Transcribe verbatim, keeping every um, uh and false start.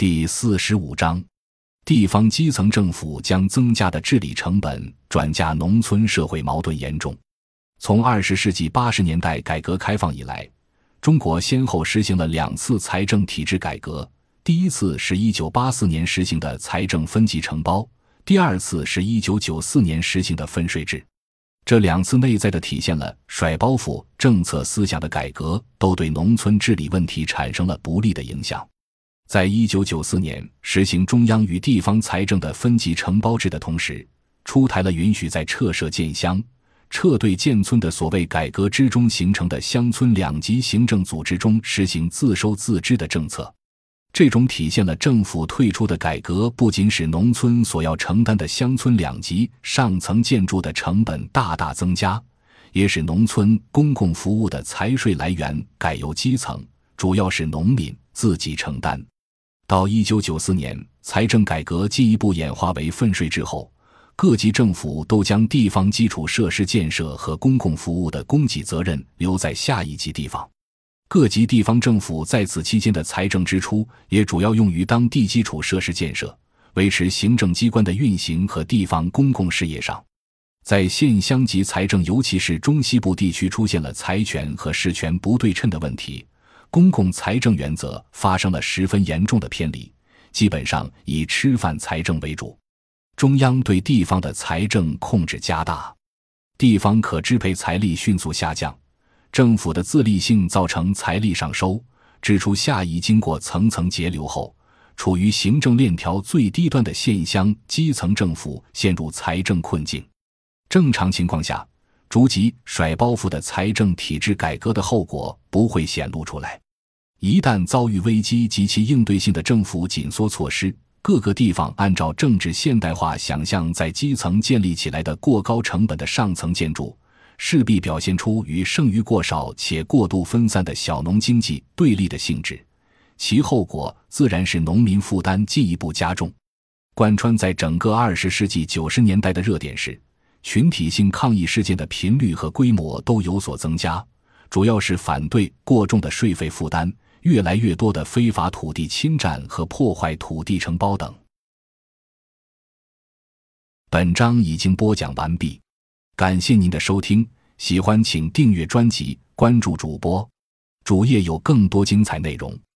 第四十五章，地方基层政府将增加的治理成本转嫁农村社会矛盾严重。从二十世纪八十年代改革开放以来，中国先后实行了两次财政体制改革，第一次是一九八四年实行的财政分级承包，第二次是一九九四年实行的分税制。这两次内在的体现了甩包袱政策思想的改革，都对农村治理问题产生了不利的影响。在一九九四年实行中央与地方财政的分级承包制的同时，出台了允许在撤设建乡、撤对建村的所谓改革之中形成的乡村两级行政组织中实行自收自支的政策。这种体现了政府退出的改革，不仅使农村所要承担的乡村两级上层建筑的成本大大增加，也使农村公共服务的财税来源改由基层，主要是农民自己承担。到一九九四年，财政改革进一步演化为分税制后，各级政府都将地方基础设施建设和公共服务的供给责任留在下一级地方。各级地方政府在此期间的财政支出也主要用于当地基础设施建设、维持行政机关的运行和地方公共事业上。在县乡级财政，尤其是中西部地区出现了财权和事权不对称的问题，公共财政原则发生了十分严重的偏离，基本上以吃饭财政为主。中央对地方的财政控制加大，地方可支配财力迅速下降，政府的自立性造成财力上收、支出下移经过层层节流后，处于行政链条最低端的县乡基层政府陷入财政困境。正常情况下，逐级甩包袱的财政体制改革的后果不会显露出来。一旦遭遇危机及其应对性的政府紧缩措施，各个地方按照政治现代化想象在基层建立起来的过高成本的上层建筑，势必表现出与剩余过少且过度分散的小农经济对立的性质，其后果自然是农民负担进一步加重。贯穿在整个二十世纪九十年代的热点是，群体性抗议事件的频率和规模都有所增加，主要是反对过重的税费负担、越来越多的非法土地侵占和破坏土地承包等。本章已经播讲完毕，感谢您的收听，喜欢请订阅专辑，关注主播，主页有更多精彩内容。